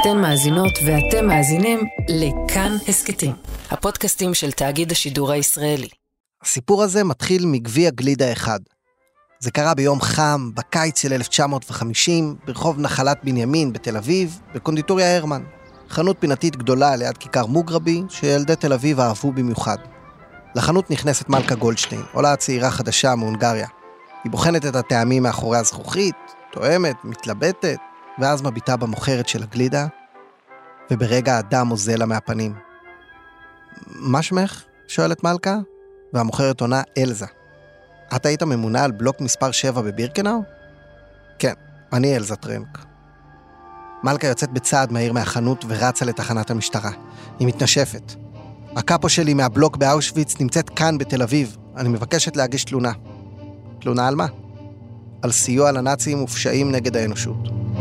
אתן מאזינות ואתם מאזינים לכאן הסקטים, הפודקאסטים של תאגיד השידור הישראלי. הסיפור הזה מתחיל מגביע גלידה אחד. זה קרה ביום חם, בקיץ של 1950, ברחוב נחלת בנימין בתל אביב, בקונדיטוריה הרמן. חנות פינתית גדולה ליד כיכר מוגרבי, שילדי תל אביב אהבו במיוחד. לחנות נכנסת מלכה גולדשטיין, עולה צעירה חדשה מהונגריה. היא בוחנת את הטעמים מאחורי הזכוכית, תואמת, מתלבטת, ואז מביטה במוכרת של הגלידה, וברגע הדם עוזל לה מהפנים. מה שמך? שואלת מלכה, והמוכרת עונה אלזה. את היית ממונה על בלוק מספר 7 בבירקנאו? כן, אני אלזה טרנק. מלכה יוצאת בצעד מהיר מהחנות ורצה לתחנת המשטרה. היא מתנשפת. הקאפו שלי מהבלוק באושוויץ נמצאת כאן בתל אביב. אני מבקשת להגיש תלונה. תלונה על מה? על סיוע לנאצים ופשעים נגד האנושות.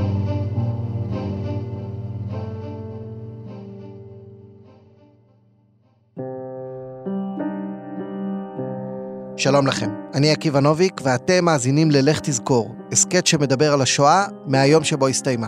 שלום לכם, אני עקיבא נוביק ואתם מאזינים ללך תזכור, הסקט שמדבר על השואה מהיום שבו הסתיימה.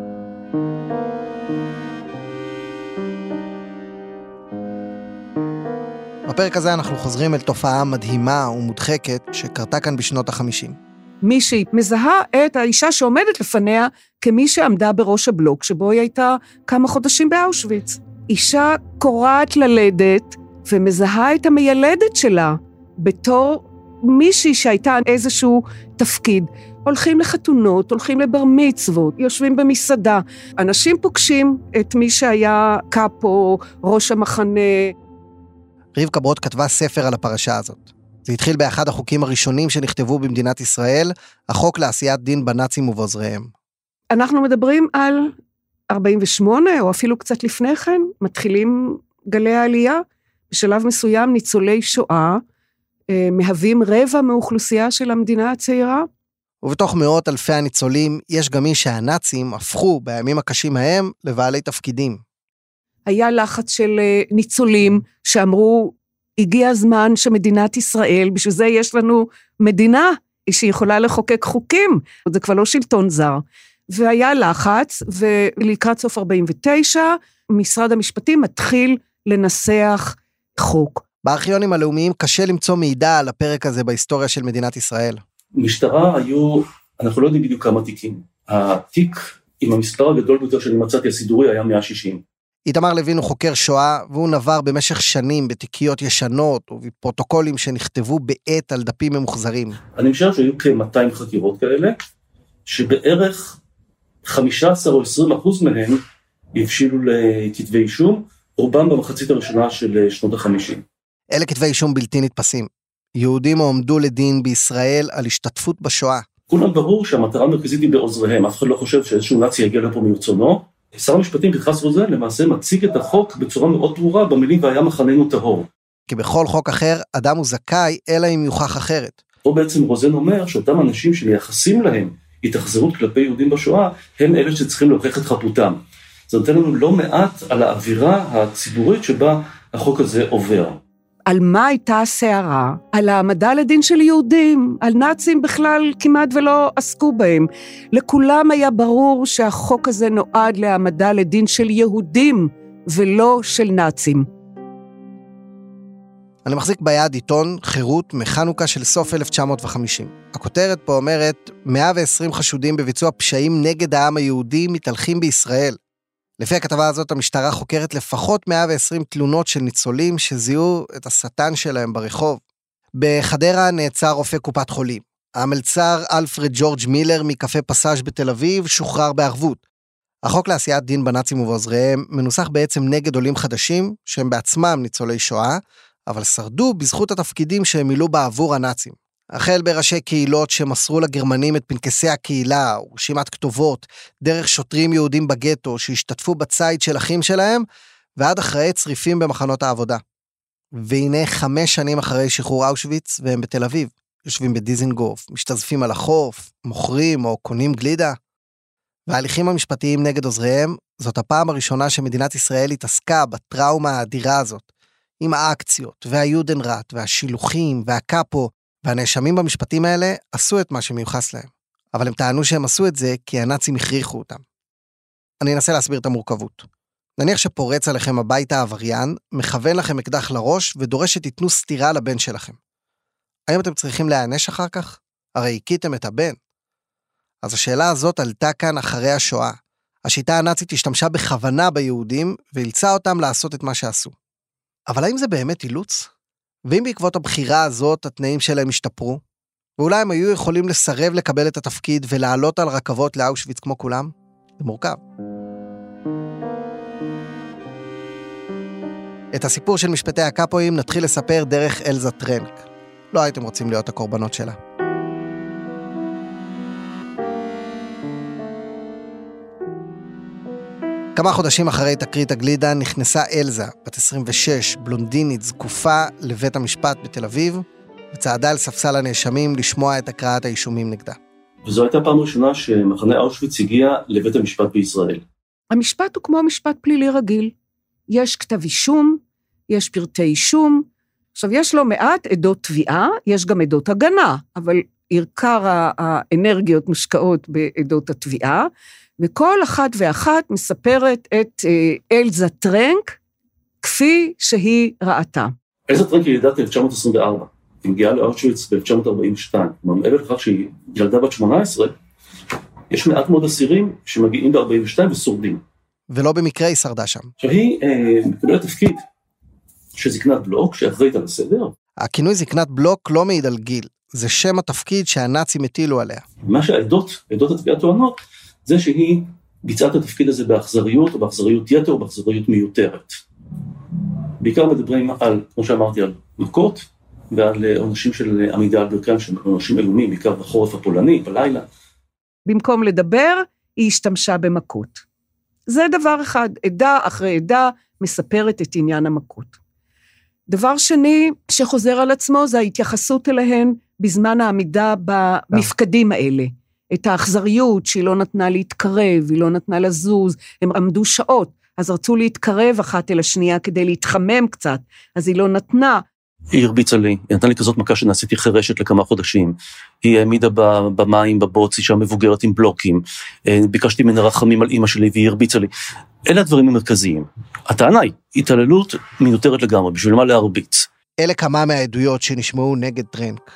בפרק הזה אנחנו חוזרים אל תופעה מדהימה ומודחקת שקרתה כאן בשנות ה-50. מישהי מזהה את האישה שעומדת לפניה כמי שעמדה בראש הבלוק שבו היא הייתה כמה חודשים באושוויץ. אישה קורעת ללדת ומזהה את המיילדת שלה בתור מישהי שהייתה איזשהו תפקיד. הולכים לחתונות, הולכים לבר מצוות, יושבים במסעדה. אנשים פוגשים את מי שהיה קאפו, ראש המחנה. רבקה ברוט כתבה ספר על הפרשה הזאת. זה התחיל באחד החוקים הראשונים שנכתבו במדינת ישראל, החוק לעשיית דין בנאצים ובעוזריהם. אנחנו מדברים על 48, או אפילו קצת לפני כן, מתחילים גלי העלייה. בשלב מסוים ניצולי שואה, מהווים רבע מאוכלוסייה של המדינה הצעירה. ובתוך מאות אלפי הניצולים, יש גם מי שהנאצים הפכו בימים הקשים ההם לבעלי תפקידים. היה לחץ של ניצולים שאמרו, הגיע הזמן שמדינת ישראל, בשביל זה יש לנו מדינה שיכולה לחוקק חוקים, זה כבר לא שלטון זר. והיה לחץ, ולקראת סוף 49, משרד המשפטים מתחיל לנסח חוק. בארכיונים הלאומיים קשה למצוא מידע על הפרק הזה בהיסטוריה של מדינת ישראל. משטרה היו, אנחנו לא יודעים בדיוק כמה תיקים. התיק עם המספר הגדול ביותר שאני מצאתי הסידורי היה 160. איתמר לוין הוא חוקר שואה, והוא נבר במשך שנים בתיקיות ישנות ובפרוטוקולים שנכתבו בעת על דפים ממוחזרים. אני חושב שהיו כ-200 חקירות כאלה, שבערך 15 או 20% מהם הבשילו לכתבי אישום, רובם במחצית הראשונה של שנות ה-50. אלה כתבי אישום בלתי נתפסים. יהודים הועמדו לדין בישראל על השתתפות בשואה. כולם ברור שהמטרה המרכזית היא בעוזריהם, אף אחד לא חושב שאיזשהו נאצי יגיע לפה מרצונו. שר המשפטים פנחס רוזן למעשה מציג את החוק בצורה מאוד ברורה במילים והיה מחננו טהור. כי בכל חוק אחר, אדם הוא זכאי, אלא אם יוכח אחרת. פה בעצם רוזן אומר שאותם אנשים שמייחסים להם התאכזרות כלפי יהודים בשואה, הם אלה שצריכים להוכיח את חפותם. זה נותן לנו לא מעט על האווירה הציבורית שבה החוק הזה עובר. על מה הייתה הסערה? על העמדה לדין של יהודים, על נאצים בכלל כמעט ולא עסקו בהם. לכולם היה ברור שהחוק הזה נועד להעמדה לדין של יהודים ולא של נאצים. אני מחזיק ביד עיתון חירות מחנוכה של סוף 1950. הכותרת פה אומרת, 120 חשודים בביצוע פשעים נגד העם היהודי מתהלכים בישראל. לפי הכתבה הזאת, המשטרה חוקרת לפחות 120 תלונות של ניצולים שזיהו את השטן שלהם ברחוב. בחדרה נעצר רופא קופת חולים. המלצר אלפרד ג'ורג' מילר מקפה פסאז' בתל אביב שוחרר בערבות. החוק לעשיית דין בנאצים ובעוזריהם מנוסח בעצם נגד עולים חדשים, שהם בעצמם ניצולי שואה, אבל שרדו בזכות התפקידים שהם מילאו בעבור הנאצים. החל בראשי קהילות שמסרו לגרמנים את פנקסי הקהילה, ורשימת כתובות, דרך שוטרים יהודים בגטו שהשתתפו בצייד של אחים שלהם, ועד אחראי צריפים במחנות העבודה. והנה 5 שנים אחרי שחרור אושוויץ, והם בתל אביב, יושבים בדיזנגוף, משתזפים על החוף, מוכרים או קונים גלידה. וההליכים המשפטיים נגד עוזריהם, זאת הפעם הראשונה שמדינת ישראל התעסקה בטראומה האדירה הזאת, עם האקציות והיודנראט והשילוחים והקאפו, והנאשמים במשפטים האלה עשו את מה שמיוחס להם. אבל הם טענו שהם עשו את זה כי הנאצים הכריחו אותם. אני אנסה להסביר את המורכבות. נניח שפורץ עליכם הביתה עבריין, מכוון לכם אקדח לראש ודורש שתיתנו סתירה לבן שלכם. האם אתם צריכים להיענש אחר כך? הרי הכיתם את הבן. אז השאלה הזאת עלתה כאן אחרי השואה. השיטה הנאצית השתמשה בכוונה ביהודים, ואילצה אותם לעשות את מה שעשו. אבל האם זה באמת אילוץ? ואם בעקבות הבחירה הזאת התנאים שלהם השתפרו? ואולי הם היו יכולים לסרב לקבל את התפקיד ולעלות על רכבות לאושוויץ כמו כולם? זה מורכב. את הסיפור של משפטי הקאפואים נתחיל לספר דרך אלזה טרנק. לא הייתם רוצים להיות הקורבנות שלה. כמה חודשים אחרי תקרית הגלידה נכנסה אלזה, בת 26, בלונדינית, זקופה, לבית המשפט בתל אביב, וצעדה על ספסל הנאשמים לשמוע את הקראת האישומים נגדה. וזו הייתה פעם ראשונה שמחנה אושוויץ הגיע לבית המשפט בישראל. המשפט הוא כמו משפט פלילי רגיל. יש כתב אישום, יש פרטי אישום, עכשיו יש לו מעט עדות תביעה, יש גם עדות הגנה, אבל עיקר האנרגיות מושקעות בעדות התביעה, וכל אחת ואחת מספרת את אלזה טרנק כפי שהיא ראתה. אלזה טרנק היא ילידת 1924, היא הגיעה לאושוויץ ב-1942, מעבר לכך שהיא ילדה בת 18, יש מעט מאוד אסירים שמגיעים ב-42 ושורדים. ולא במקרה היא שרדה שם. עכשיו היא מקבלת תפקיד שזקנת בלוק, שאחראית על הסדר. הכינוי זקנת בלוק לא מעיד על גיל, זה שם התפקיד שהנאצים הטילו עליה. מה שהעדות התביעה טוענות, זה שהיא ביצעה את התפקיד הזה באכזריות, או באכזריות יתר, או באכזריות מיותרת. בעיקר מדברים על, כמו שאמרתי, על מכות, ועל עונשים של עמידה על ברכיים, של עונשים אלומים, בעיקר בחורף הפולני, בלילה. במקום לדבר, היא השתמשה במכות. זה דבר אחד, עדה אחרי עדה מספרת את עניין המכות. דבר שני שחוזר על עצמו, זה ההתייחסות אליהן בזמן העמידה במפקדים האלה. את האכזריות שהיא לא נתנה להתקרב, היא לא נתנה לזוז, הם עמדו שעות, אז רצו להתקרב אחת אל השנייה כדי להתחמם קצת, אז היא לא נתנה. היא הרביצה לי, היא נתנה לי כזאת מכה שנעשיתי חרשת לכמה חודשים, היא העמידה במים, בבוץ, אישה מבוגרת עם בלוקים, ביקשתי ממנה רחמים על אמא שלי והיא הרביצה לי. אלה הדברים המרכזיים. הטענה היא, התעללות מיותרת לגמרי, בשביל מה להרביץ. אלה כמה מהעדויות שנשמעו נגד טרנק.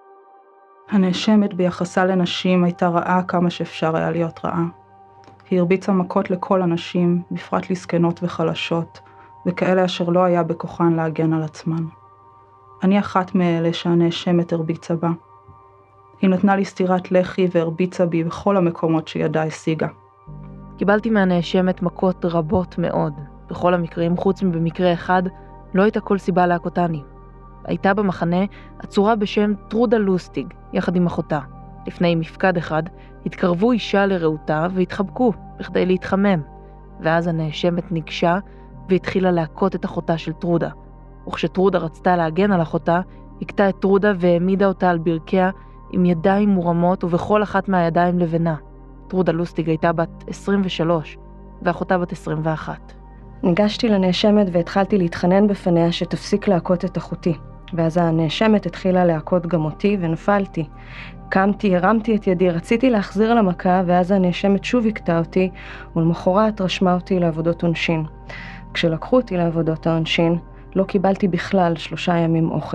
הנאשמת ביחסה לנשים הייתה רעה כמה שאפשר היה להיות רעה. היא הרביצה מכות לכל הנשים, בפרט לזקנות וחלשות, וכאלה אשר לא היה בכוחן להגן על עצמן. אני אחת מאלה שהנאשמת הרביצה בה. היא נתנה לי סטירת לחי והרביצה בי בכל המקומות שידה השיגה. קיבלתי מהנאשמת מכות רבות מאוד. בכל המקרים, חוץ מבמקרה אחד, לא הייתה כל סיבה להכותני. הייתה במחנה עצורה בשם טרודה לוסטיג, יחד עם אחותה. לפני מפקד אחד, התקרבו אישה לרעותה והתחבקו, בכדי להתחמם. ואז הנאשמת ניגשה והתחילה להכות את אחותה של טרודה. וכשטרודה רצתה להגן על אחותה, הכתה את טרודה והעמידה אותה על ברכיה עם ידיים מורמות ובכל אחת מהידיים לבנה. טרודה לוסטיג הייתה בת 23 ואחותה בת 21. ניגשתי לנאשמת והתחלתי להתחנן בפניה שתפסיק להכות את אחותי. ואז הנאשמת התחילה להכות גם אותי ונפלתי. קמתי, הרמתי את ידי, רציתי להחזיר למכה, ואז הנאשמת שוב הכתה אותי, ולמחרת רשמה אותי לעבודות עונשין. כשלקחו אותי לעבודות העונשין, לא קיבלתי בכלל 3 ימים אוכל.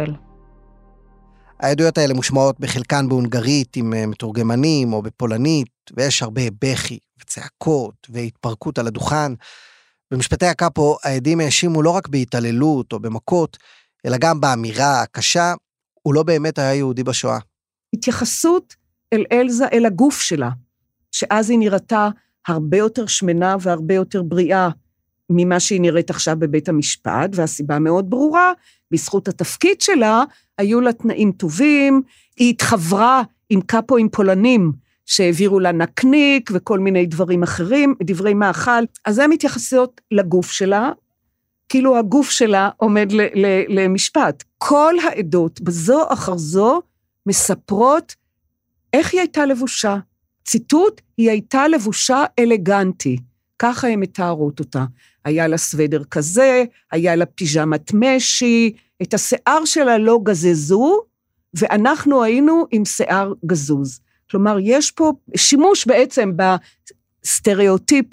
העדויות האלה מושמעות בחלקן בהונגרית עם מתורגמנים או בפולנית, ויש הרבה בכי וצעקות והתפרקות על הדוכן. במשפטי הקאפו העדים האשימו לא רק בהתעללות או במכות, אלא גם באמירה הקשה, הוא לא באמת היה יהודי בשואה. התייחסות אל אלזה, אל הגוף שלה, שאז היא נראתה הרבה יותר שמנה והרבה יותר בריאה, ממה שהיא נראית עכשיו בבית המשפט, והסיבה מאוד ברורה, בזכות התפקיד שלה, היו לה תנאים טובים, היא התחברה עם קאפואים פולנים, שהעבירו לה נקניק וכל מיני דברים אחרים, דברי מאכל, אז הן מתייחסות לגוף שלה, כאילו הגוף שלה עומד למשפט. כל העדות, בזו אחר זו, מספרות איך היא הייתה לבושה. ציטוט, היא הייתה לבושה אלגנטי, ככה הן מתארות אותה. היה לה סוודר כזה, היה לה פיג'מת משי, את השיער שלה לא גזזו, ואנחנו היינו עם שיער גזוז. כלומר, יש פה שימוש בעצם בסטריאוטיפים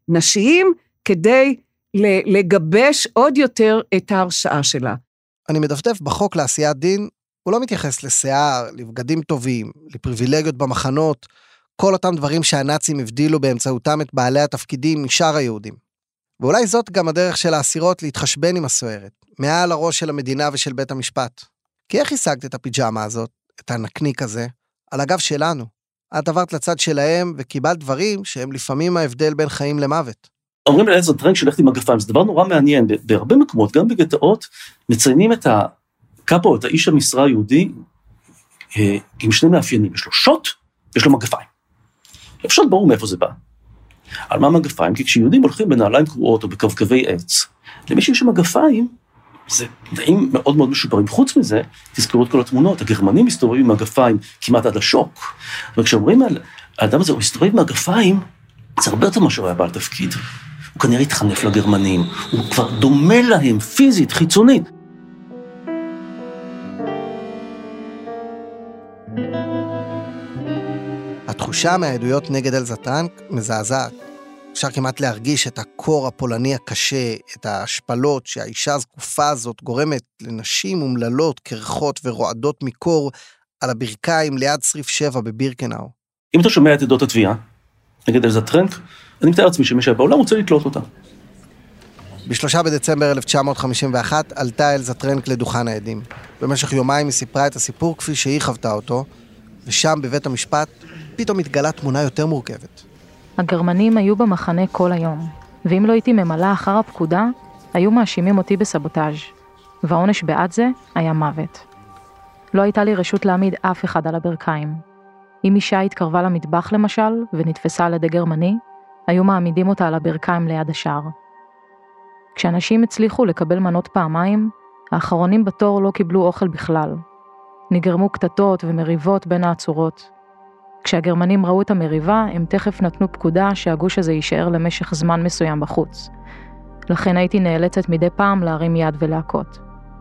נשיים, כדי לגבש עוד יותר את ההרשעה שלה. אני מדפדף בחוק לעשיית דין, הוא לא מתייחס לשיער, לבגדים טובים, לפריבילגיות במחנות, כל אותם דברים שהנאצים הבדילו באמצעותם את בעלי התפקידים משאר היהודים. ואולי זאת גם הדרך של האסירות להתחשבן עם הסוהרת, מעל הראש של המדינה ושל בית המשפט. כי איך השגת את הפיג'מה הזאת, את הנקניק הזה, על הגב שלנו? את עברת לצד שלהם וקיבלת דברים שהם לפעמים ההבדל בין חיים למוות. אומרים לאלזה טרנק שלכת עם מגפיים, זה דבר נורא מעניין, בהרבה מקומות, גם בגטאות, מציינים את הקאפו, את האיש המשרה היהודי, עם שני מאפיינים, יש לו שוט, יש לו מגפיים. שוט ברור מאיפה זה בא. על מה מגפיים? כי כשיהודים הולכים בנעליים קרועות או בקווקווי עץ, למי שיש מגפיים, זה תנאים מאוד מאוד משופרים. חוץ מזה, תזכרו את כל התמונות, הגרמנים מסתובבים עם מגפיים כמעט עד השוק, וכשאומרים על האדם הזה, הוא מסתובב עם מגפיים, זה הרבה יותר מה שהוא היה בעל תפקיד. הוא כנראה התחנף לגרמנים, הוא כבר דומה להם פיזית, חיצונית. התחושה מהעדויות נגד אלזה טרנק מזעזעת. אפשר כמעט להרגיש את הקור הפולני הקשה, את ההשפלות שהאישה הזקופה הזאת גורמת לנשים אומללות, קרחות ורועדות מקור על הברכיים ליד צריף 7 בבירקנאו. אם אתה שומע את עדות התביעה נגד אלזה טרנק, אני מתאר עצמי שמי שהיה בעולם רוצה לתלות אותה. ב3 בדצמבר 1951 עלתה אלזה טרנק לדוכן העדים. במשך יומיים היא סיפרה את הסיפור כפי שהיא חוותה אותו, ושם בבית המשפט פתאום התגלה תמונה יותר מורכבת. הגרמנים היו במחנה כל היום, ואם לא הייתי ממלא אחר הפקודה, היו מאשימים אותי בסבוטאז', והעונש בעד זה היה מוות. לא הייתה לי רשות להעמיד אף אחד על הברכיים. אם אישה התקרבה למטבח למשל, ונתפסה על ידי גרמני, היו מעמידים אותה על הברכיים ליד השער. כשאנשים הצליחו לקבל מנות פעמיים, האחרונים בתור לא קיבלו אוכל בכלל. נגרמו קטטות ומריבות בין העצורות. כשהגרמנים ראו את המריבה, הם תכף נתנו פקודה שהגוש הזה יישאר למשך זמן מסוים בחוץ. לכן הייתי נאלצת מדי פעם להרים יד ולהכות.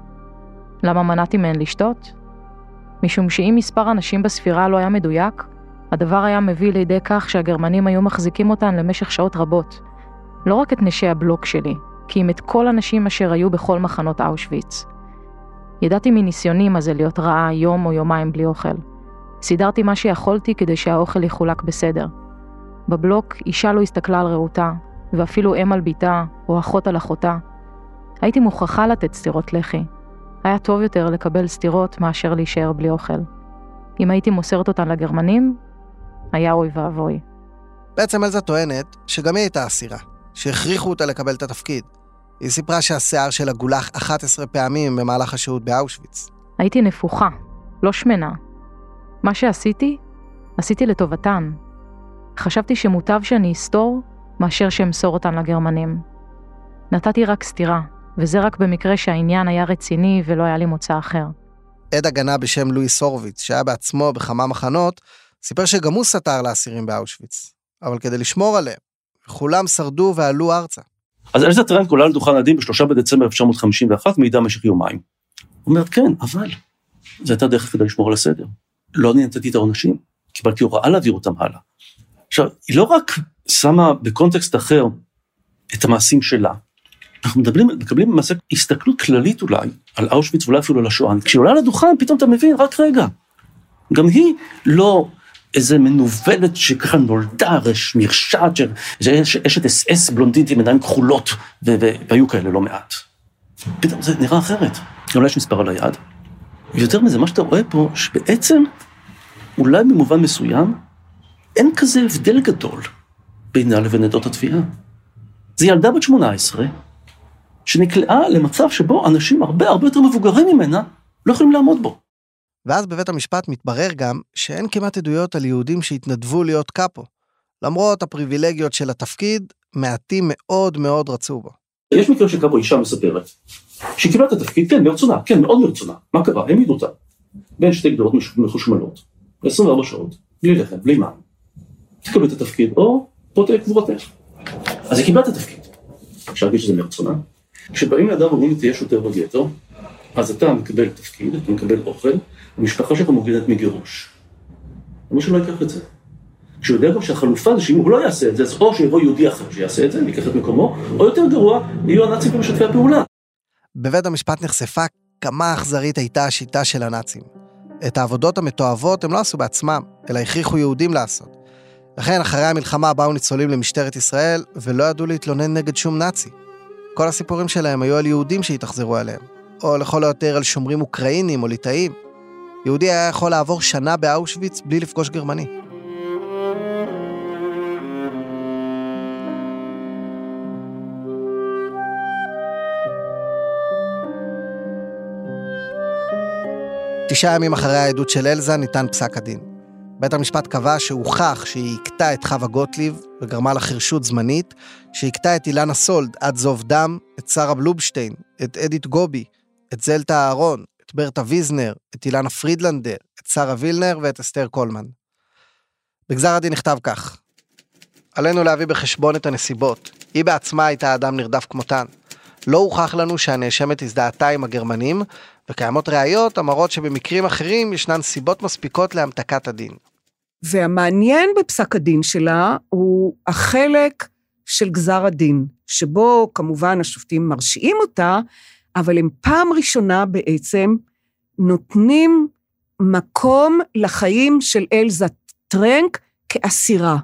למה מנעתי מהן לשתות? משום שאם מספר אנשים בספירה לא היה מדויק, הדבר היה מביא לידי כך שהגרמנים היו מחזיקים אותן למשך שעות רבות. לא רק את נשי הבלוק שלי, כי אם את כל הנשים אשר היו בכל מחנות אושוויץ. ידעתי מניסיוני מה זה להיות רעה יום או יומיים בלי אוכל. סידרתי מה שיכולתי כדי שהאוכל יחולק בסדר. בבלוק אישה לא הסתכלה על רעותה, ואפילו אם על ביתה או אחות על אחותה. הייתי מוכרחה לתת סתירות לחי. היה טוב יותר לקבל סתירות מאשר להישאר בלי אוכל. אם הייתי מוסרת אותן לגרמנים, היה אוי ואבוי. בעצם אלזה טוענת שגם היא הייתה אסירה, שהכריחו אותה לקבל את התפקיד. היא סיפרה שהשיער שלה גולח 11 פעמים במהלך השהות באושוויץ. הייתי נפוחה, לא שמנה. מה שעשיתי, עשיתי לטובתן. חשבתי שמוטב שאני אסתור מאשר שאמסור אותן לגרמנים. נתתי רק סתירה, וזה רק במקרה שהעניין היה רציני ולא היה לי מוצא אחר. עד הגנה בשם לואיס הורוביץ, שהיה בעצמו בכמה מחנות, סיפר שגם הוא סתר לאסירים באושוויץ. אבל כדי לשמור עליהם, וכולם שרדו ועלו ארצה. אז אלזה טרנק עולה לדוכן העדים ב3 בדצמבר 1951, מעידה משך יומיים. הוא אומר, כן, אבל זו הייתה דרך כדי לשמור על הסדר. לא נתתי את העונשים, קיבלתי הוראה להעביר אותם הלאה. עכשיו, היא לא רק שמה בקונטקסט אחר את המעשים שלה, אנחנו מקבלים במעשה הסתכלות כללית אולי, על אושוויץ ואולי אפילו על השואה. כשהיא עולה לדוכן, פתאום אתה מבין, רק רגע. גם היא לא איזה מנובלת שככה נולדה, מרשעת, אשת אס בלונדינית עם עיניים כחולות, והיו כאלה לא מעט. פתאום זה נראה אחרת. אולי יש מספר על היד. ויותר מזה, מה שאתה רואה פה, שבעצם, אולי במובן מסוים, אין כזה הבדל גדול בינה לבין עדות התביעה. זו ילדה בת 18, שנקלעה למצב שבו אנשים הרבה יותר מבוגרים ממנה, לא יכולים לעמוד בו. ואז בבית המשפט מתברר גם שאין כמעט עדויות על יהודים שהתנדבו להיות קאפו. למרות הפריבילגיות של התפקיד, מעטים מאוד מאוד רצו בו. יש מקרה שקאפו אישה מספרת, שהיא קיבלה את התפקיד, כן, מרצונה, כן, מאוד מרצונה. מה קרה? הם ידעו אותה. בין שתי גדרות מחושמלות, 24 שעות, בלי לחם, בלי מים. תקבל את התפקיד, או פה תהיה קבורתך. אז היא קיבלה את התפקיד. אפשר להגיד שזה מרצונה. כשבאים לאדם ואומרים, תהיה שוטר בגטו, אז אתה מקבל תפקיד, אתה מקבל אוכל, המשפחה שלך מוגנת מגירוש. למה שלא ייקח את זה? כשהוא יודע גם שהחלופה זה שאם הוא לא יעשה את זה, אז או שיבוא יהודי אחר שיעשה את זה, ויקח את מקומו, או יותר גרוע, יהיו הנאצים ומשתפי הפעולה. בבית המשפט נחשפה כמה אכזרית הייתה השיטה של הנאצים. את העבודות המתועבות הם לא עשו בעצמם, אלא הכריחו יהודים לעשות. לכן, אחרי המלחמה באו ניצולים למשטרת ישראל, ולא ידעו להתלונן נגד שום נאצי. כל הסיפורים שלהם היו על יהודים שהתאכזרו עליהם, או לכל היותר על שומרים אוקראינים או ליטאים. יהודי היה יכול לעבור שנה באושוויץ בלי לפגוש גרמני. תשעה ימים אחרי העדות של אלזה ניתן פסק הדין. בית המשפט קבע שהוכח שהיא הכתה את חווה גוטליב וגרמה לה חירשות זמנית, שהכתה את אילנה סולד עד זוב דם, את שרה בלובשטיין, את אדית גובי, את זלטה אהרון, את ברטה ויזנר, את אילנה פרידלנדר, את שרה וילנר ואת אסתר קולמן. בגזר הדין נכתב כך: עלינו להביא בחשבון את הנסיבות. היא בעצמה הייתה אדם נרדף כמותן. לא הוכח לנו שהנאשמת הזדהתה עם הגרמנים, וקיימות ראיות המראות שבמקרים אחרים ישנן סיבות מספיקות להמתקת הדין. והמעניין בפסק הדין שלה הוא החלק של גזר הדין, שבו כמובן השופטים מרשיעים אותה, אבל הם פעם ראשונה בעצם נותנים מקום לחיים של אלזה טרנק כאסירה,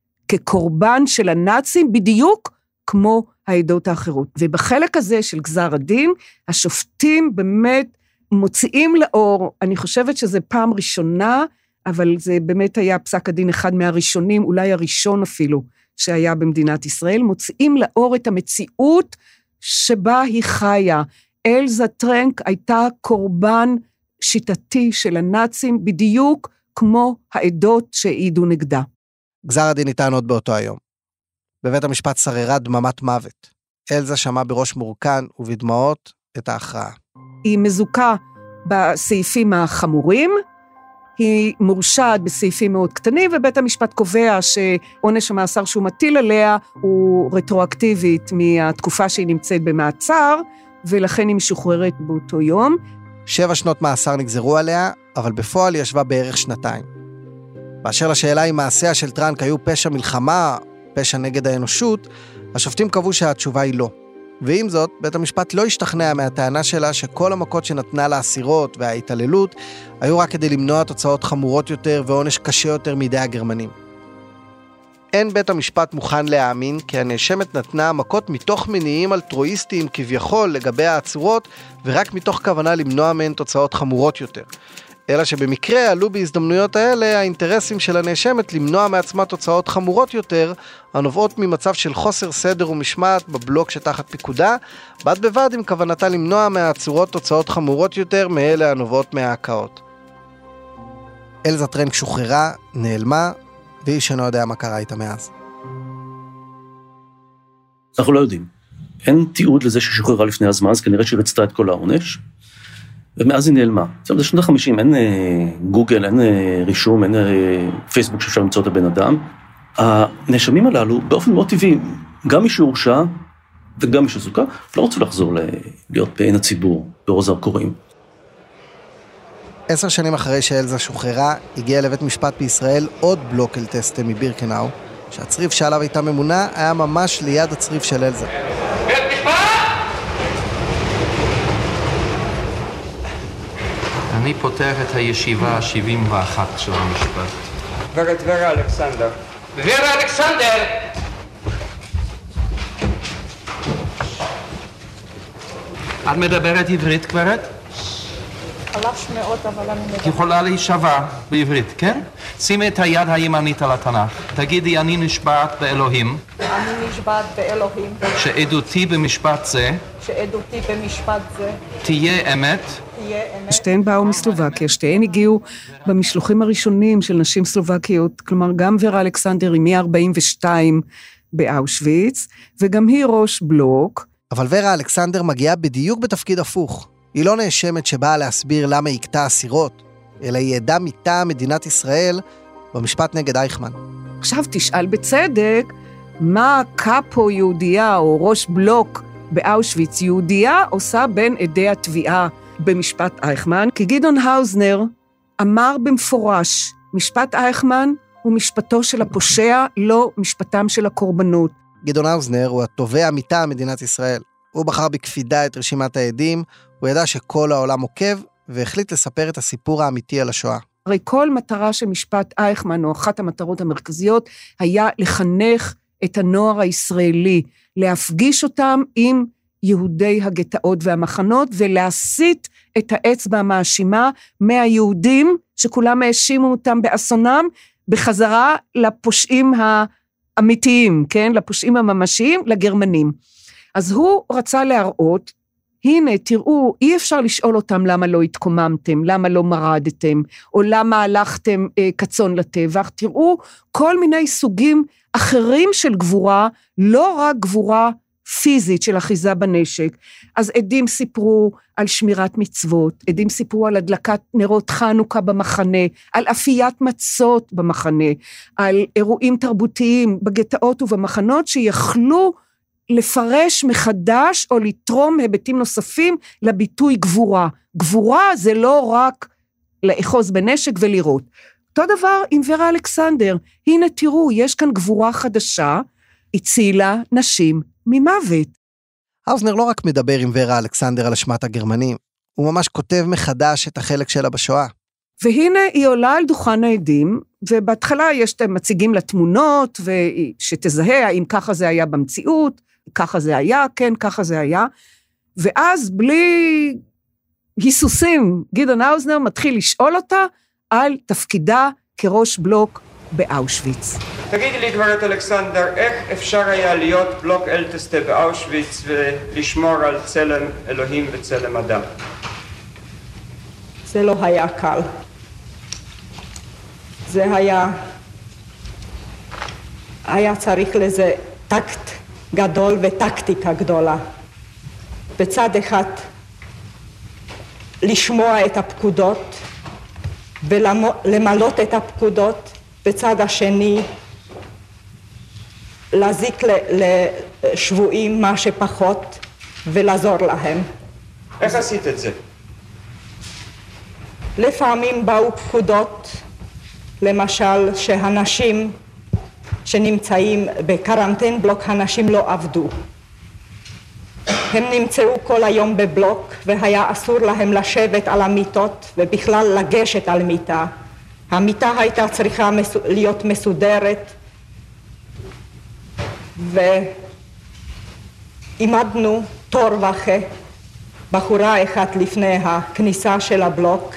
כקורבן של הנאצים, בדיוק כמו העדות האחרות. ובחלק הזה של גזר הדין, השופטים באמת מוציאים לאור, אני חושבת שזה פעם ראשונה, אבל זה באמת היה פסק הדין אחד מהראשונים, אולי הראשון אפילו, שהיה במדינת ישראל, מוציאים לאור את המציאות שבה היא חיה. אלזה טרנק הייתה קורבן שיטתי של הנאצים, בדיוק כמו העדות שהעידו נגדה. גזר הדין ניתן עוד באותו היום. בבית המשפט שררה דממת מוות. אלזה שמעה בראש מורכן ובדמעות את ההכרעה. היא מזוקה בסעיפים החמורים, היא מורשעת בסעיפים מאוד קטנים, ובית המשפט קובע שעונש המאסר שהוא מטיל עליה הוא רטרואקטיבית מהתקופה שהיא נמצאת במעצר, ולכן היא משוחררת באותו יום. 7 שנות מאסר נגזרו עליה, אבל בפועל היא ישבה בערך 2. באשר לשאלה אם מעשיה של טרנק היו פשע מלחמה, פשע נגד האנושות, השופטים קבעו שהתשובה היא לא. ועם זאת, בית המשפט לא השתכנע מהטענה שלה שכל המכות שנתנה לאסירות וההתעללות היו רק כדי למנוע תוצאות חמורות יותר ועונש קשה יותר מידי הגרמנים. אין בית המשפט מוכן להאמין כי הנאשמת נתנה מכות מתוך מניעים אלטרואיסטיים כביכול לגבי העצורות, ורק מתוך כוונה למנוע מהן תוצאות חמורות יותר. אלא שבמקרה עלו בהזדמנויות האלה האינטרסים של הנאשמת למנוע מעצמה תוצאות חמורות יותר, הנובעות ממצב של חוסר סדר ומשמעת בבלוק שתחת פיקודה, בד בבד עם כוונתה למנוע מהעצורות תוצאות חמורות יותר מאלה הנובעות מההקאות. אלזה טרנק שוחררה, נעלמה, ואיש אינו יודע מה קרה איתה מאז. אנחנו לא יודעים. אין תיעוד לזה ששוחררה לפני הזמן, אז כנראה שהיא רצתה את כל העונש, ומאז היא נעלמה. זה שנות ה-50, אין גוגל, אין רישום, אין פייסבוק שאפשר למצוא את הבן אדם. הנאשמים הללו, באופן מאוד טבעי, גם מי שהורשע וגם מי שזוכה, לא רצו לחזור להיות בעין הציבור, באור זרקורים. 10 שנים אחרי שאלזה שוחררה, הגיע לבית משפט בישראל עוד בלוקל טסטה מבירקנאו, שהצריף שעליו הייתה ממונה היה ממש ליד הצריף של אלזה. בית משפט! אני פותח את הישיבה ה-71 של המשפט. גברת ורה אלכסנדר. ורה אלכסנדר! את מדברת עברית, גברת? חלש מאוד, אבל אני מדברת. יכולה להישבע בעברית, כן? שימי את היד הימנית על התנ"ך. תגידי, אני נשבעת באלוהים. אני נשבעת באלוהים. שעדותי במשפט זה. שעדותי במשפט זה. תהיה אמת. שתיהן באו מסלובקיה, שתיהן הגיעו במשלוחים הראשונים של נשים סלובקיות, כלומר גם ורה אלכסנדר היא מ-42 באושוויץ, וגם היא ראש בלוק. אבל ורה אלכסנדר מגיעה בדיוק בתפקיד הפוך. היא לא נאשמת שבאה להסביר למה היא הכתה אסירות, אלא היא עדה מטעם מדינת ישראל במשפט נגד אייכמן. עכשיו תשאל בצדק, מה קאפו יהודייה או ראש בלוק באושוויץ יהודייה עושה בין עדי התביעה במשפט אייכמן? כי גדעון האוזנר אמר במפורש, משפט אייכמן הוא משפטו של הפושע, לא משפטם של הקורבנות. גדעון האוזנר הוא התובע מטעם מדינת ישראל. הוא בחר בקפידה את רשימת העדים, הוא ידע שכל העולם עוקב, והחליט לספר את הסיפור האמיתי על השואה. הרי כל מטרה של משפט אייכמן, או אחת המטרות המרכזיות, היה לחנך את הנוער הישראלי, להפגיש אותם עם יהודי הגטאות והמחנות, ולהסיט את האצבע המאשימה מהיהודים, שכולם האשימו אותם באסונם, בחזרה לפושעים האמיתיים, כן? לפושעים הממשיים, לגרמנים. אז הוא רצה להראות, הנה, תראו, אי אפשר לשאול אותם למה לא התקוממתם, למה לא מרדתם, או למה הלכתם כצאן לטבח, תראו כל מיני סוגים אחרים של גבורה, לא רק גבורה פיזית של אחיזה בנשק. אז עדים סיפרו על שמירת מצוות, עדים סיפרו על הדלקת נרות חנוכה במחנה, על אפיית מצות במחנה, על אירועים תרבותיים בגטאות ובמחנות שיכלו לפרש מחדש או לתרום היבטים נוספים לביטוי גבורה. גבורה זה לא רק לאחוז בנשק ולירות. אותו דבר עם ורה אלכסנדר. הנה תראו, יש כאן גבורה חדשה, הצילה נשים ממוות. האוזנר לא רק מדבר עם ורה אלכסנדר על אשמת הגרמנים, הוא ממש כותב מחדש את החלק שלה בשואה. והנה היא עולה על דוכן העדים, ובהתחלה מציגים לה תמונות, שתזהה האם ככה זה היה במציאות, ככה זה היה, כן, ככה זה היה, ואז בלי היסוסים, גדעון האוזנר מתחיל לשאול אותה על תפקידה כראש בלוק באושוויץ. תגידי לי גברת אלכסנדר, איך אפשר היה להיות בלוק אלטסטה באושוויץ ולשמור על צלם אלוהים וצלם אדם? זה לא היה קל. זה היה צריך לזה טקט גדול וטקטיקה גדולה. בצד אחד לשמוע את הפקודות ולמלות את הפקודות, בצד השני להזיק לשבויים מה שפחות ולעזור להם. איך עשית את זה? לפעמים באו פקודות, למשל שהנשים שנמצאים בקרנטין בלוק, הנשים לא עבדו. הם נמצאו כל היום בבלוק, והיה אסור להם לשבת על המיטות, ובכלל לגשת על מיטה. המיטה הייתה צריכה להיות מסודרת, ועמדנו תור וחה, בחורה אחת לפני הכניסה של הבלוק,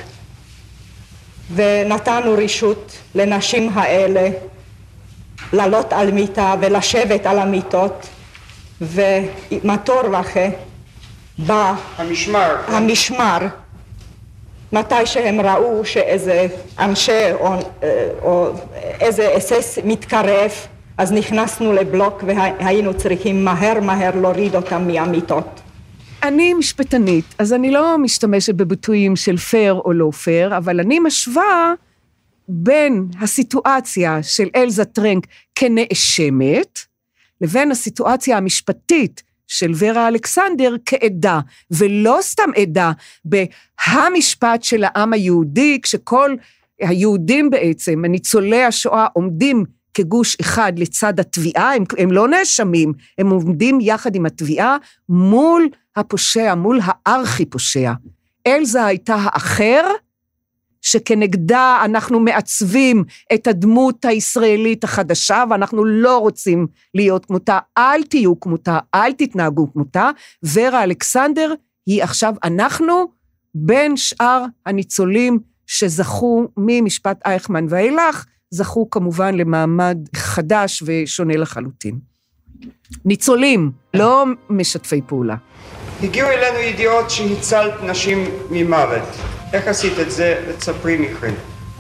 ונתנו רשות לנשים האלה לעלות על מיטה ולשבת על המיטות, ומתור וחה בא המשמר, מתי שהם ראו שאיזה אנשי או איזה אסס מתקרב, אז נכנסנו לבלוק והיינו צריכים מהר להוריד אותם מהמיטות. אני משפטנית, אז אני לא משתמשת בביטויים של פייר או לא פייר, אבל אני משווה בין הסיטואציה של אלזה טרנק כנאשמת, לבין הסיטואציה המשפטית של ורה אלכסנדר כעדה, ולא סתם עדה, בהמשפט של העם היהודי, כשכל היהודים בעצם, הניצולי השואה, עומדים כגוש אחד לצד התביעה, הם לא נאשמים, הם עומדים יחד עם התביעה, מול הפושע, מול הארכי פושע. אלזה הייתה האחר, שכנגדה אנחנו מעצבים את הדמות הישראלית החדשה, ואנחנו לא רוצים להיות כמותה, אל תהיו כמותה, אל תתנהגו כמותה. ורה אלכסנדר היא עכשיו אנחנו, בין שאר הניצולים שזכו ממשפט אייכמן ואילך, זכו כמובן למעמד חדש ושונה לחלוטין. ניצולים, לא משתפי פעולה. הגיעו אלינו ידיעות שהצלת נשים ממוות. איך עשית את זה? תספרי מקרים.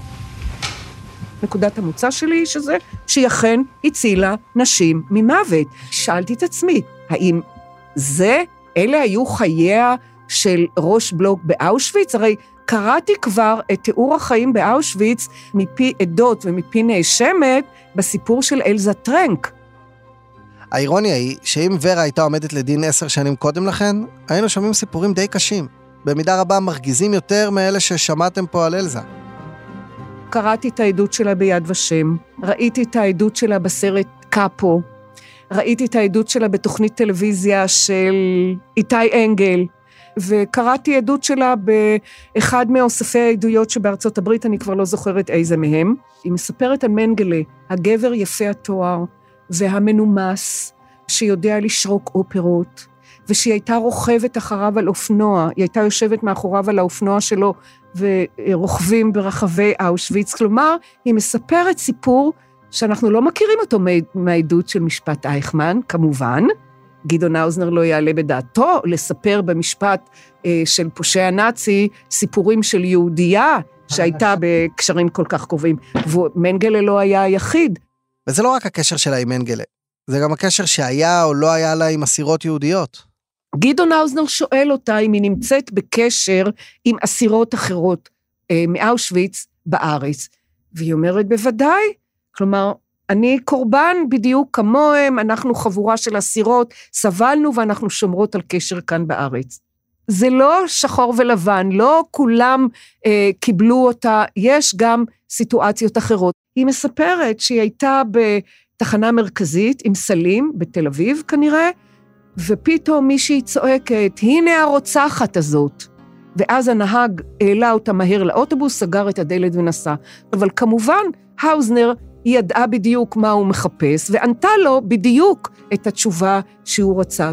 נקודת המוצא שלי שזה שהיא אכן הצילה נשים ממוות. שאלתי את עצמי, האם אלה היו חייה של ראש בלוק באושוויץ? הרי קראתי כבר את תיאור החיים באושוויץ מפי עדות ומפי נאשמת בסיפור של אלזה טרנק. האירוניה היא שאם ורה הייתה עומדת לדין 10 שנים קודם לכן, היינו שומעים סיפורים די קשים, במידה רבה מרגיזים יותר מאלה ששמעתם פה על אלזה. קראתי את העדות שלה ביד ושם, ראיתי את העדות שלה בסרט קאפו, ראיתי את העדות שלה בתוכנית טלוויזיה של איתי אנגל, וקראתי עדות שלה באחד מאוספי העדויות שבארצות הברית, אני כבר לא זוכרת איזה מהם. היא מספרת על מנגלה, הגבר יפה התואר והמנומס, שיודע לשרוק אופרות, ושהיא הייתה רוכבת אחריו על אופנוע, היא הייתה יושבת מאחוריו על האופנוע שלו, ורוכבים ברחבי אושוויץ. כלומר, היא מספרת סיפור שאנחנו לא מכירים אותו מהעדות של משפט אייכמן, כמובן. גדעון האוזנר לא יעלה בדעתו לספר במשפט של פושע נאצי סיפורים של יהודייה שהייתה בקשרים כל כך קרובים, ומנגלה לא היה היחיד. וזה לא רק הקשר שלה עם מנגלה, זה גם הקשר שהיה או לא היה לה עם אסירות יהודיות. גדעון האוזנר שואל אותה אם היא נמצאת בקשר עם אסירות אחרות מאושוויץ בארץ, והיא אומרת בוודאי, כלומר, אני קורבן בדיוק כמוהם, אנחנו חבורה של אסירות, סבלנו ואנחנו שומרות על קשר כאן בארץ. זה לא שחור ולבן, לא כולם קיבלו אותה, יש גם סיטואציות אחרות. היא מספרת שהיא הייתה בתחנה מרכזית עם סלים בתל אביב כנראה, ופתאום מישהי צועקת, הנה הרוצחת הזאת. ואז הנהג העלה אותה מהר לאוטובוס, סגר את הדלת ונסע. אבל כמובן, האוזנר היא ידעה בדיוק מה הוא מחפש, וענתה לו בדיוק את התשובה שהוא רצה.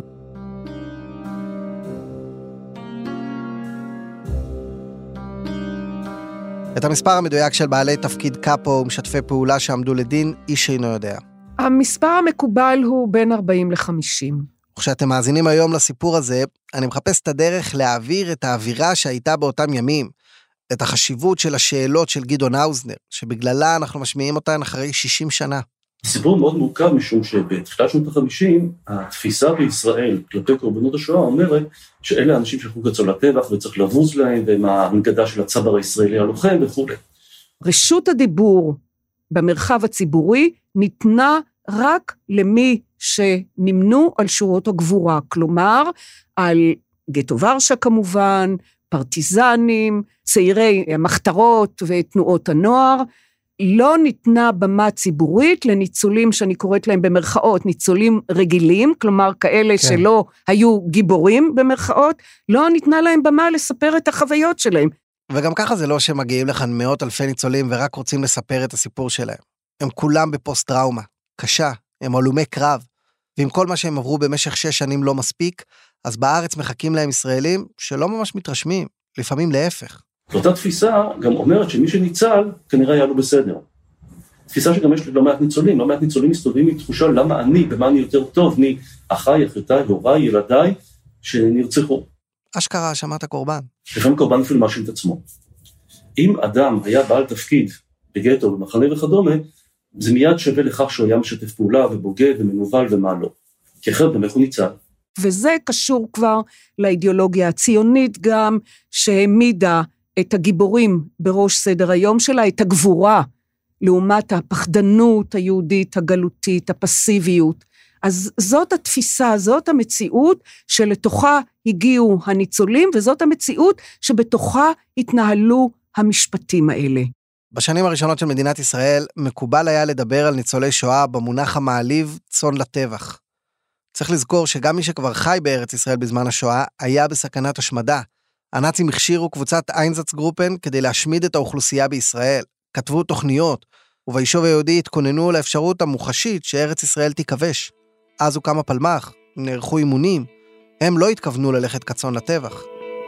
את המספר המדויק של בעלי תפקיד קאפו ומשתפי פעולה שעמדו לדין, איש אינו יודע. המספר המקובל הוא בין 40 ל-50. וכשאתם מאזינים היום לסיפור הזה, אני מחפש את הדרך להעביר את האווירה שהייתה באותם ימים, את החשיבות של השאלות של גדעון האוזנר, שבגללה אנחנו משמיעים אותן אחרי 60 שנה. סיפור מאוד מורכב, משום שבתחילת שנות ה-50, התפיסה בישראל כלפי קורבנות השואה אומרת שאלה אנשים שהלכו כצאן לטבח וצריך לבוז להם, והם ההנגדה של הצבר הישראלי הלוחם וכו'. רשות הדיבור במרחב הציבורי ניתנה רק למי שנמנו על שורות הגבורה, כלומר על גטו ורשה כמובן, פרטיזנים, צעירי המחתרות ותנועות הנוער. לא ניתנה במה ציבורית לניצולים שאני קוראת להם במרכאות, ניצולים רגילים, כלומר כאלה כן. שלא היו גיבורים במרכאות, לא ניתנה להם במה לספר את החוויות שלהם. וגם ככה זה לא שמגיעים לכאן מאות אלפי ניצולים ורק רוצים לספר את הסיפור שלהם. הם כולם בפוסט טראומה, קשה, הם הלומי קרב, ועם כל מה שהם עברו במשך 6 שנים לא מספיק, אז בארץ מחכים להם ישראלים שלא ממש מתרשמים, לפעמים להפך. אותה תפיסה גם אומרת שמי שניצל כנראה היה לו בסדר. תפיסה שגם יש לא מעט ניצולים, לא מעט ניצולים מסתובבים עם תחושה למה אני, במה אני יותר טוב, אני, אחיי, אחיותיי, הוריי, ילדיי, שנרצחו. אשכרה, שמעת קורבן. לפעמים קורבן אפילו מאשים את עצמו. אם אדם היה בעל תפקיד בגטו, במחנה וכדומה, זה מיד שווה לכך שהוא היה משתף פעולה ובוגד ומנובל ומה לא. כי אחרת במך הוא ניצל. וזה קשור כבר לאידיאולוגיה הציונית גם, שהעמידה את הגיבורים בראש סדר היום שלה, את הגבורה, לעומת הפחדנות היהודית, הגלותית, הפסיביות. אז זאת התפיסה, זאת המציאות שלתוכה הגיעו הניצולים, וזאת המציאות שבתוכה התנהלו המשפטים האלה. בשנים הראשונות של מדינת ישראל, מקובל היה לדבר על ניצולי שואה במונח המעליב צאן לטבח. צריך לזכור שגם מי שכבר חי בארץ ישראל בזמן השואה, היה בסכנת השמדה. הנאצים הכשירו קבוצת איינזצגרופן כדי להשמיד את האוכלוסייה בישראל, כתבו תוכניות, וביישוב היהודי התכוננו לאפשרות המוחשית שארץ ישראל תיכבש. אז הוקם הפלמ"ח, נערכו אימונים, הם לא התכוונו ללכת כצאן לטבח.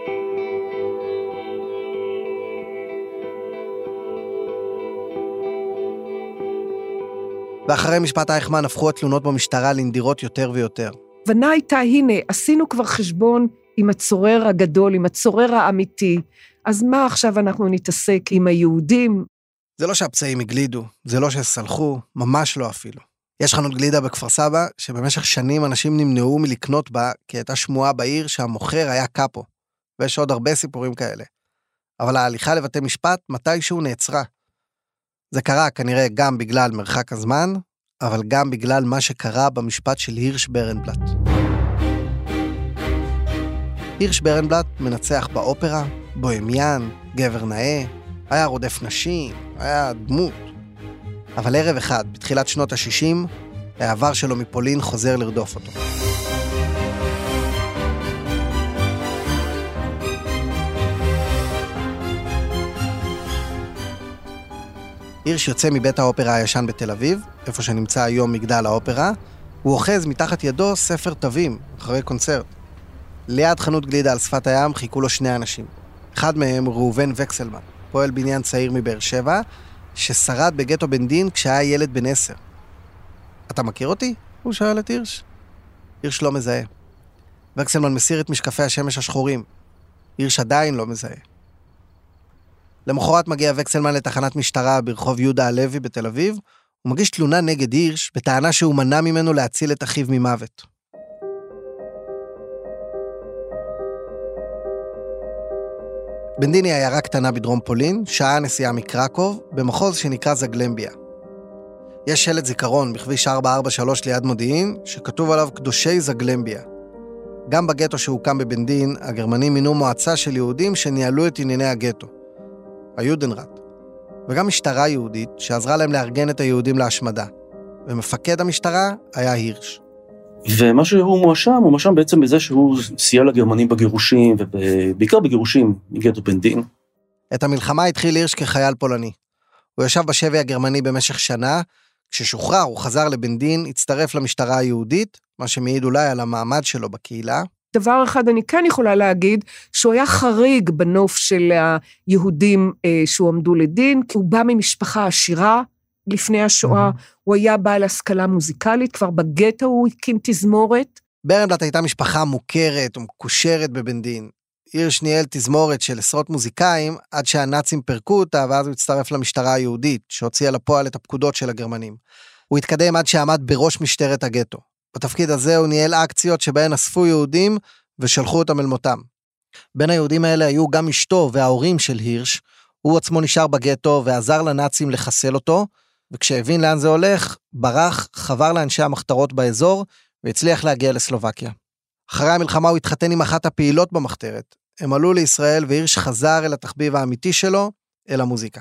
ואחרי משפט אייכמן הפכו התלונות במשטרה לנדירות יותר ויותר. הבנה הייתה, הנה, עשינו כבר חשבון עם הצורר הגדול, עם הצורר האמיתי, אז מה עכשיו אנחנו נתעסק עם היהודים? זה לא שהפצעים הגלידו, זה לא שסלחו, ממש לא אפילו. יש חנות גלידה בכפר סבא, שבמשך שנים אנשים נמנעו מלקנות בה, כי הייתה שמועה בעיר שהמוכר היה קאפו, ויש עוד הרבה סיפורים כאלה. אבל ההליכה לבתי משפט מתישהו נעצרה. זה קרה כנראה גם בגלל מרחק הזמן, אבל גם בגלל מה שקרה במשפט של הירש ברנבלט. הירש ברנבלט מנצח באופרה, בוהמיאן, גבר נאה, היה רודף נשים, היה דמות. אבל ערב אחד, בתחילת שנות ה-60, העבר שלו מפולין חוזר לרדוף אותו. הירש יוצא מבית האופרה הישן בתל אביב, איפה שנמצא היום מגדל האופרה, הוא אוחז מתחת ידו ספר תווים, אחרי קונצרט. ליד חנות גלידה על שפת הים חיכו לו שני אנשים. אחד מהם ראובן וקסלמן, פועל בניין צעיר מבאר שבע, ששרד בגטו בן דין כשהיה ילד בן 10. אתה מכיר אותי? הוא שואל את הירש. הירש לא מזהה. וקסלמן מסיר את משקפי השמש השחורים. הירש עדיין לא מזהה. למחרת מגיע וקסלמן לתחנת משטרה ברחוב יהודה הלוי בתל אביב, הוא מגיש תלונה נגד הירש בטענה שהוא מנע ממנו להציל את אחיו ממוות. בן דין היא עיירה קטנה בדרום פולין, שעה נסיעה מקרקוב, במחוז שנקרא זגלמביה. יש שלט זיכרון בכביש 443 ליד מודיעין, שכתוב עליו קדושי זגלמביה. גם בגטו שהוקם בבן דין, הגרמנים מינו מועצה של יהודים שניהלו את ענייני הגטו. היודנראט. וגם משטרה יהודית שעזרה להם לארגן את היהודים להשמדה. ומפקד המשטרה היה הירש. ומה שהוא מואשם בעצם בזה שהוא סייע לגרמנים בגירושים, ובעיקר בגירושים מגטו בן דין. את המלחמה התחיל הירש כחייל פולני. הוא ישב בשבי הגרמני במשך שנה, כששוחרר הוא חזר לבן דין, הצטרף למשטרה היהודית, מה שמעיד אולי על המעמד שלו בקהילה. דבר אחד אני כן יכולה להגיד, שהוא היה חריג בנוף של היהודים שהועמדו לדין, כי הוא בא ממשפחה עשירה לפני השואה, הוא היה בעל השכלה מוזיקלית, כבר בגטו הוא הקים תזמורת. ברנבלט הייתה משפחה מוכרת ומקושרת בבן דין. הירש ניהל תזמורת של עשרות מוזיקאים, עד שהנאצים פרקו אותה, ואז הוא הצטרף למשטרה היהודית, שהוציאה לפועל את הפקודות של הגרמנים. הוא התקדם עד שעמד בראש משטרת הגטו. בתפקיד הזה הוא ניהל אקציות שבהן אספו יהודים ושלחו אותם אל מותם. בין היהודים האלה היו גם אשתו וההורים של הירש, הוא עצמו נשאר בגטו ועזר לנאצים לחסל אותו, וכשהבין לאן זה הולך, ברח, חבר לאנשי המחתרות באזור, והצליח להגיע לסלובקיה. אחרי המלחמה הוא התחתן עם אחת הפעילות במחתרת. הם עלו לישראל והירש חזר אל התחביב האמיתי שלו, אל המוזיקה.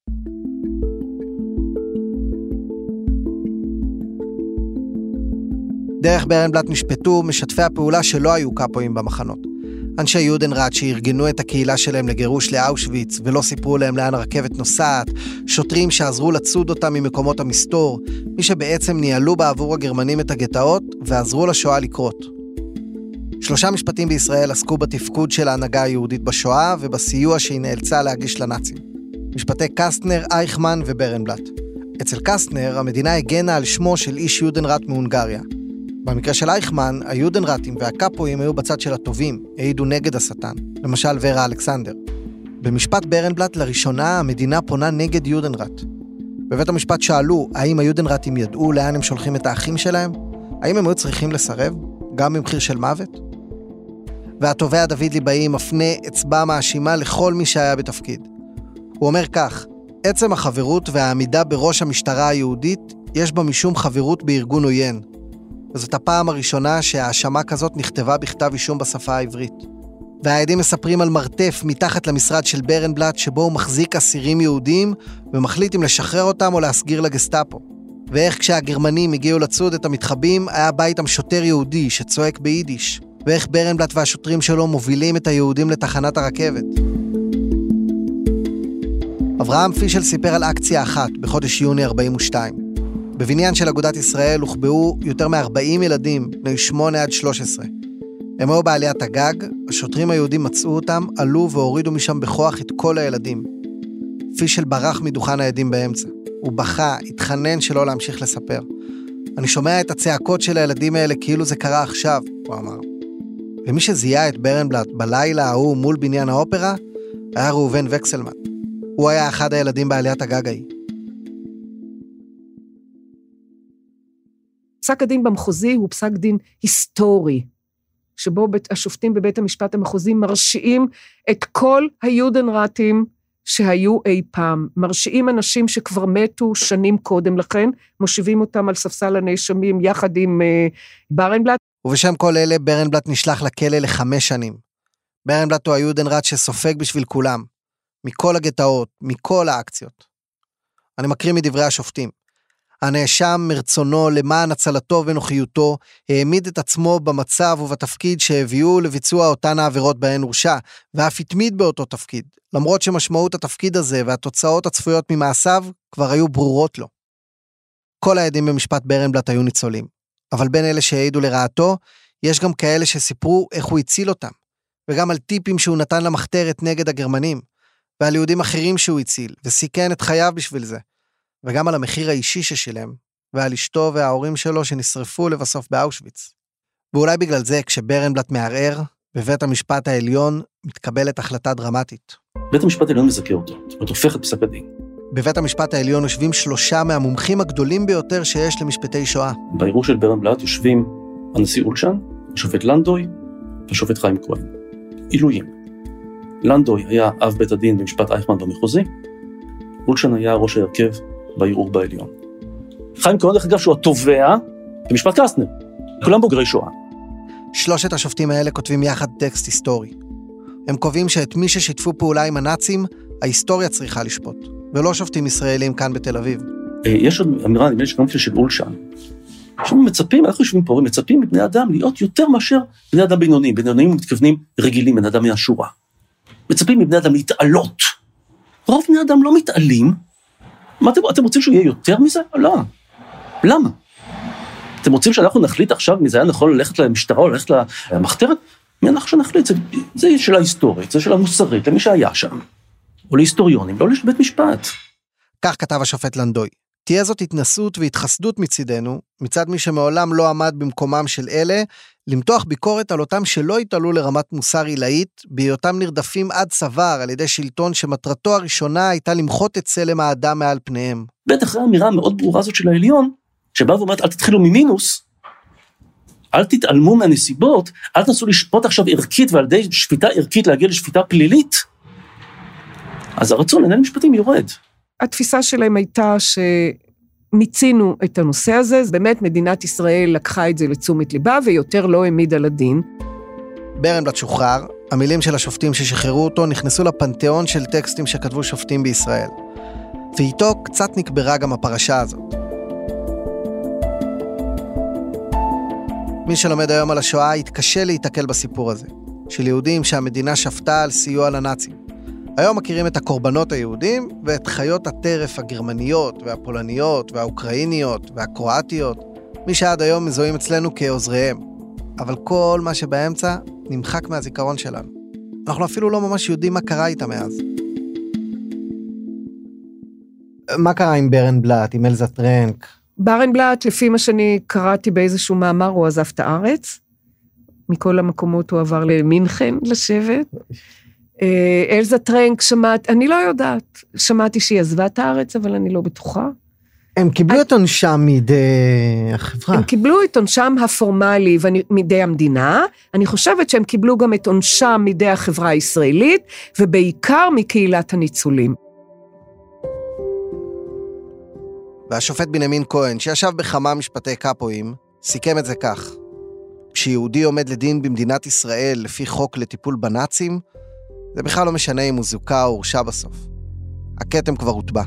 דרך ברנבלט נשפטו משתפי הפעולה שלא היו קאפואים במחנות. אנשי יודנראט שארגנו את הקהילה שלהם לגירוש לאושוויץ ולא סיפרו להם לאן הרכבת נוסעת, שוטרים שעזרו לצוד אותם ממקומות המסתור, מי שבעצם ניהלו בעבור הגרמנים את הגטאות ועזרו לשואה לקרות. 3 משפטים בישראל עסקו בתפקוד של ההנהגה היהודית בשואה ובסיוע שהיא נאלצה להגיש לנאצים. משפטי קסטנר, אייכמן וברנבלט. אצל קסטנר המדינה הגנה על שמו של איש יודנראט מהונגריה. במקרה של אייכמן, היודנראטים והקאפואים היו בצד של הטובים, העידו נגד השטן, למשל ורה אלכסנדר. במשפט ברנבלט לראשונה המדינה פונה נגד יודנראט. בבית המשפט שאלו, האם היודנראטים ידעו לאן הם שולחים את האחים שלהם? האם הם היו צריכים לסרב, גם במחיר של מוות? והתובע דוד ליבאי מפנה אצבע מאשימה לכל מי שהיה בתפקיד. הוא אומר כך, עצם החברות והעמידה בראש המשטרה היהודית, יש בה משום חברות בארגון עוין. וזאת הפעם הראשונה שהאשמה כזאת נכתבה בכתב אישום בשפה העברית. והעדים מספרים על מרתף מתחת למשרד של ברנבלט, שבו הוא מחזיק אסירים יהודים, ומחליט אם לשחרר אותם או להסגיר לגסטאפו. ואיך כשהגרמנים הגיעו לצוד את המתחבים, היה בא איתם שוטר יהודי שצועק ביידיש. ואיך ברנבלט והשוטרים שלו מובילים את היהודים לתחנת הרכבת. אברהם פישל סיפר על אקציה אחת בחודש יוני 42. בבניין של אגודת ישראל הוחבאו יותר מ-40 ילדים, בני 8 עד 13. הם היו בעליית הגג, השוטרים היהודים מצאו אותם, עלו והורידו משם בכוח את כל הילדים. פישל ברח מדוכן העדים באמצע. הוא בכה, התחנן שלא להמשיך לספר. אני שומע את הצעקות של הילדים האלה כאילו זה קרה עכשיו, הוא אמר. ומי שזיהה את ברנבלט בלילה ההוא מול בניין האופרה, היה ראובן וקסלמן. הוא היה אחד הילדים בעליית הגג ההיא. פסק הדין במחוזי הוא פסק דין היסטורי, שבו השופטים בבית המשפט המחוזי מרשיעים את כל היודנראטים שהיו אי פעם. מרשיעים אנשים שכבר מתו שנים קודם לכן, מושיבים אותם על ספסל הנאשמים יחד עם ברנבלט. ובשם כל אלה ברנבלט נשלח לכלא ל5 שנים. ברנבלט הוא היודנראט שסופג בשביל כולם, מכל הגטאות, מכל האקציות. אני מקריא מדברי השופטים. הנאשם מרצונו למען הצלתו ונוחיותו, העמיד את עצמו במצב ובתפקיד שהביאו לביצוע אותן העבירות בהן הורשע, ואף התמיד באותו תפקיד, למרות שמשמעות התפקיד הזה והתוצאות הצפויות ממעשיו כבר היו ברורות לו. כל העדים במשפט ברנבלט היו ניצולים, אבל בין אלה שהעידו לרעתו, יש גם כאלה שסיפרו איך הוא הציל אותם, וגם על טיפים שהוא נתן למחתרת נגד הגרמנים, ועל יהודים אחרים שהוא הציל, וסיכן את חייו בשביל זה, וגם על המחיר האישי ששילם, ועל אשתו וההורים שלו שנשרפו לבסוף באושוויץ. ואולי בגלל זה, כשברנבלט מערער, בבית המשפט העליון מתקבלת החלטה דרמטית. בית המשפט העליון מזכה אותו, זאת אומרת, הופך את פסק הדין. בבית המשפט העליון יושבים 3 מהמומחים הגדולים ביותר שיש למשפטי שואה. בערעור של ברנבלט יושבים הנשיא אולשן, השופט לנדוי, והשופט חיים כהן. עילויים. לנדוי היה אב בית הדין במשפט אייכמן במחוזי, אולשן היה ראש ההרכב בערעור בעליון. חיים כהן, דרך אגב, שהוא התובע במשפט קסטנר. כולם בוגרי שואה. 3 השופטים האלה כותבים יחד טקסט היסטורי. הם קובעים שאת מי ששיתפו פעולה עם הנאצים, ההיסטוריה צריכה לשפוט, ולא שופטים ישראלים כאן בתל אביב. יש עוד אמירה, נדמה לי שגם של אולשן. אנחנו מצפים, אנחנו יושבים פה, מצפים מבני אדם להיות יותר מאשר בני אדם בינוניים. בינוניים מתכוונים רגילים, בני אדם מהשורה. מצפים מבני אדם להתעלות. רוב בני אדם לא מתעלים. מה אתם רוצים שהוא יהיה יותר מזה? לא. למה? אתם רוצים שאנחנו נחליט עכשיו מזה היה נכון ללכת למשטרה או ללכת למחתרת? מי אנחנו שנחליט? זה של ההיסטורית, זה של המוסרית, למי שהיה שם. או להיסטוריונים, לא לבית משפט. כך כתב השופט לנדוי. תהיה זאת התנסות והתחסדות מצידנו, מצד מי שמעולם לא עמד במקומם של אלה, למתוח ביקורת על אותם שלא התעלו לרמת מוסר עילאית, בהיותם נרדפים עד צוואר על ידי שלטון שמטרתו הראשונה הייתה למחות את צלם האדם מעל פניהם. בטח האמירה המאוד ברורה הזאת של העליון, שבא ואומרת, אל תתחילו ממינוס, אל תתעלמו מהנסיבות, אל תנסו לשפוט עכשיו ערכית, ועל ידי שפיטה ערכית להגיע לשפיטה פלילית, אז הרצון לנהל משפטים יורד. התפיסה שלהם הייתה שמיצינו את הנושא הזה, באמת מדינת ישראל לקחה את זה לתשומת ליבה, ויותר לא העמידה לדין. ברנבלט שוחרר, המילים של השופטים ששחררו אותו נכנסו לפנתיאון של טקסטים שכתבו שופטים בישראל. ואיתו קצת נקברה גם הפרשה הזאת. מי שלומד היום על השואה יתקשה להתקל בסיפור הזה, של יהודים שהמדינה שפטה על סיוע לנאצים. היום מכירים את הקורבנות היהודים ואת חיות הטרף הגרמניות והפולניות והאוקראיניות והקרואטיות, מי שעד היום מזוהים אצלנו כעוזריהם. אבל כל מה שבאמצע נמחק מהזיכרון שלנו. אנחנו אפילו לא ממש יודעים מה קרה איתה מאז. מה קרה עם ברנבלט, עם אלזה טרנק? ברנבלט, לפי מה שאני קראתי באיזשהו מאמר, הוא עזב את הארץ. מכל המקומות הוא עבר למינכן לשבת. אלזה טרנק אני לא יודעת, שמעתי שהיא עזבה את הארץ, אבל אני לא בטוחה. הם קיבלו את עונשם מידי החברה. הם קיבלו את עונשם הפורמלי מידי המדינה, אני חושבת שהם קיבלו גם את עונשם מידי החברה הישראלית, ובעיקר מקהילת הניצולים. והשופט בנימין כהן, שישב בכמה משפטי קאפואים, סיכם את זה כך: כשיהודי עומד לדין במדינת ישראל לפי חוק לטיפול בנאצים, זה בכלל לא משנה אם הוא זוכה או הורשע בסוף. הכתם כבר הוטבע.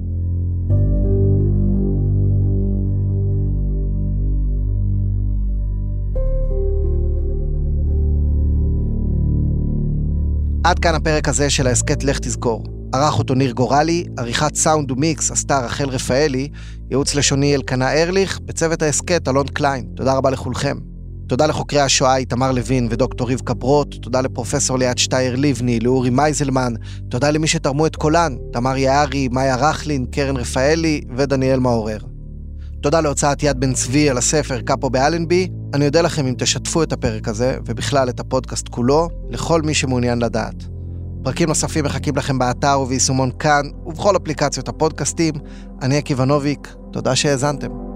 עד כאן הפרק הזה של ההסכת לך תזכור. ערך אותו ניר גורלי, עריכת סאונד ומיקס עשתה רחל רפאלי, ייעוץ לשוני אלקנה ארליך, בצוות ההסכת אלון קליין. תודה רבה לכולכם. תודה לחוקרי השואה איתמר לוין ודוקטור ריבקה ברוט, תודה לפרופסור ליאת שטייר ליבני, לאורי מייזלמן, תודה למי שתרמו את קולן, תמר יערי, מאיה רחלין, קרן רפאלי ודניאל מאורר. תודה להוצאת יד בן צבי על הספר קאפו באלנבי. אני יודע לכם אם תשתפו את הפרק הזה, ובכלל את הפודקאסט כולו, לכל מי שמעוניין לדעת. פרקים נוספים מחכים לכם באתר וביישומון כאן, ובכל אפליקציות הפודקאסטים. אני עקיבא נוביק, תודה שהאזנתם.